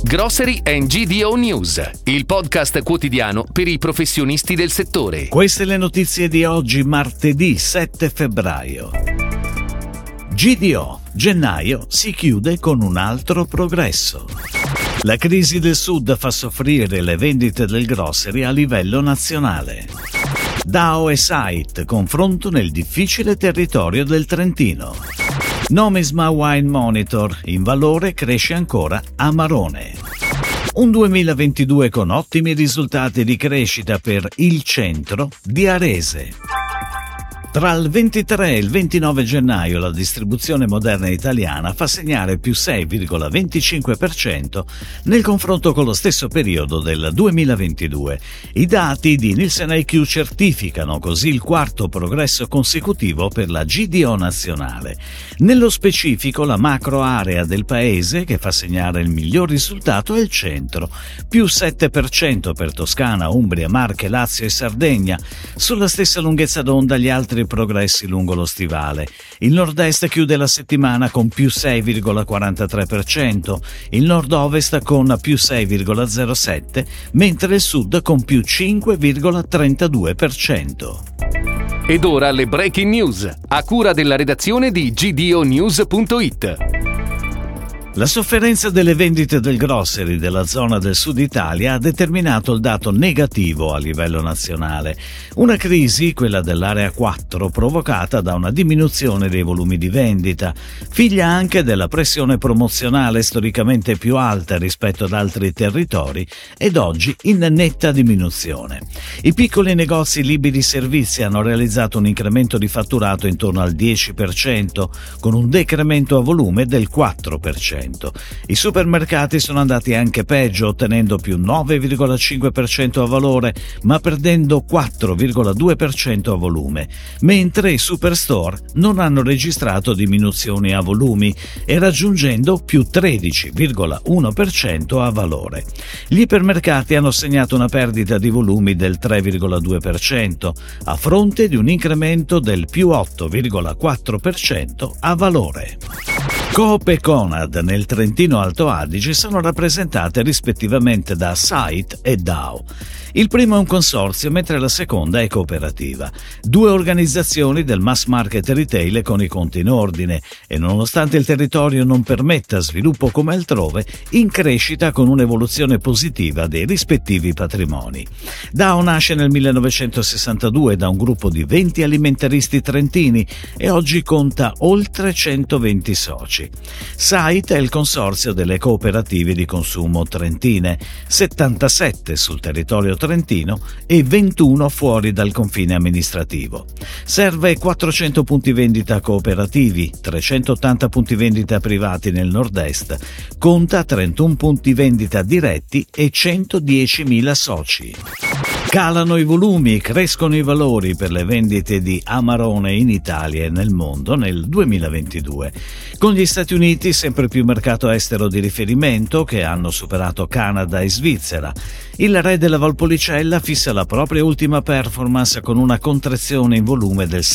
Grocery and GDO News, il podcast quotidiano per i professionisti del settore. Queste le notizie di oggi, martedì 7 febbraio. GDO, gennaio si chiude con un altro progresso. La crisi del Sud fa soffrire le vendite del grocery a livello nazionale. DAO e Site, confronto nel difficile territorio del Trentino. Nomisma Wine Monitor, in valore cresce ancora Amarone. Un 2022 con ottimi risultati di crescita per il centro di Arese. Tra il 23 e il 29 gennaio la distribuzione moderna italiana fa segnare più 6,25% nel confronto con lo stesso periodo del 2022. I dati di Nielsen IQ certificano così il quarto progresso consecutivo per la GDO nazionale. Nello specifico la macro area del paese che fa segnare il miglior risultato è il centro, più 7% per Toscana, Umbria, Marche, Lazio e Sardegna. Sulla stessa lunghezza d'onda gli altri progressi lungo lo stivale. Il nord-est chiude la settimana con più 6,43%, il nord-ovest con più 6,07%, mentre il sud con più 5,32%. Ed ora le breaking news, a cura della redazione di gdonews.it. La sofferenza delle vendite del grocery della zona del Sud Italia ha determinato il dato negativo a livello nazionale. Una crisi, quella dell'area 4, provocata da una diminuzione dei volumi di vendita, figlia anche della pressione promozionale storicamente più alta rispetto ad altri territori ed oggi in netta diminuzione. I piccoli negozi liberi servizi hanno realizzato un incremento di fatturato intorno al 10%, con un decremento a volume del 4%. I supermercati sono andati anche peggio, ottenendo più 9,5% a valore, ma perdendo 4,2% a volume, mentre i superstore non hanno registrato diminuzioni a volumi e raggiungendo più 13,1% a valore. Gli ipermercati hanno segnato una perdita di volumi del 3,2%, a fronte di un incremento del più 8,4% a valore. Coop e Conad nel Trentino Alto Adige sono rappresentate rispettivamente da Site e DAO. Il primo è un consorzio, mentre la seconda è cooperativa. Due organizzazioni del mass market retail con i conti in ordine e, nonostante il territorio non permetta sviluppo come altrove, in crescita con un'evoluzione positiva dei rispettivi patrimoni. DAO nasce nel 1962 da un gruppo di 20 alimentaristi trentini e oggi conta oltre 120 soci. Site è il consorzio delle cooperative di consumo trentine, 77 sul territorio trentino e 21 fuori dal confine amministrativo. Serve 400 punti vendita cooperativi, 380 punti vendita privati nel nord-est, conta 31 punti vendita diretti e 110.000 soci. Calano i volumi, crescono i valori per le vendite di Amarone in Italia e nel mondo nel 2022. Con gli Stati Uniti sempre più mercato estero di riferimento, che hanno superato Canada e Svizzera. Il re della Valpolicella fissa la propria ultima performance con una contrazione in volume del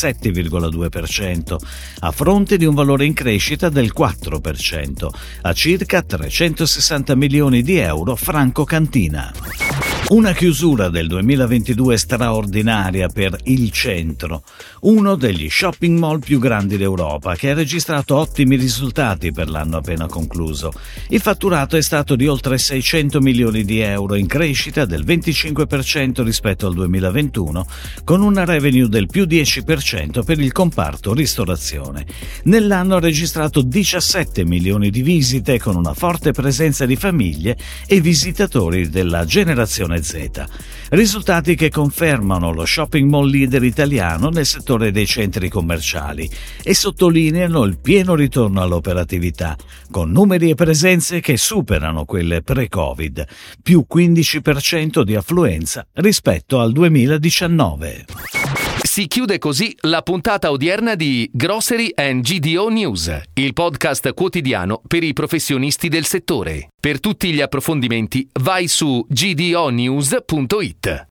7,2%, a fronte di un valore in crescita del 4%, a circa 360 milioni di euro franco cantina. Una chiusura del 2022 straordinaria per il centro, uno degli shopping mall più grandi d'Europa, che ha registrato ottimi risultati per l'anno appena concluso. Il fatturato è stato di oltre 600 milioni di euro, in crescita del 25% rispetto al 2021, con una revenue del più 10% per il comparto ristorazione. Nell'anno ha registrato 17 milioni di visite, con una forte presenza di famiglie e visitatori della generazione Z. Risultati che confermano lo shopping mall leader italiano nel settore dei centri commerciali e sottolineano il pieno ritorno all'operatività, con numeri e presenze che superano quelle pre-Covid, più 15% di affluenza rispetto al 2019. Si chiude così la puntata odierna di Grocery and GDO News, il podcast quotidiano per i professionisti del settore. Per tutti gli approfondimenti vai su gdonews.it.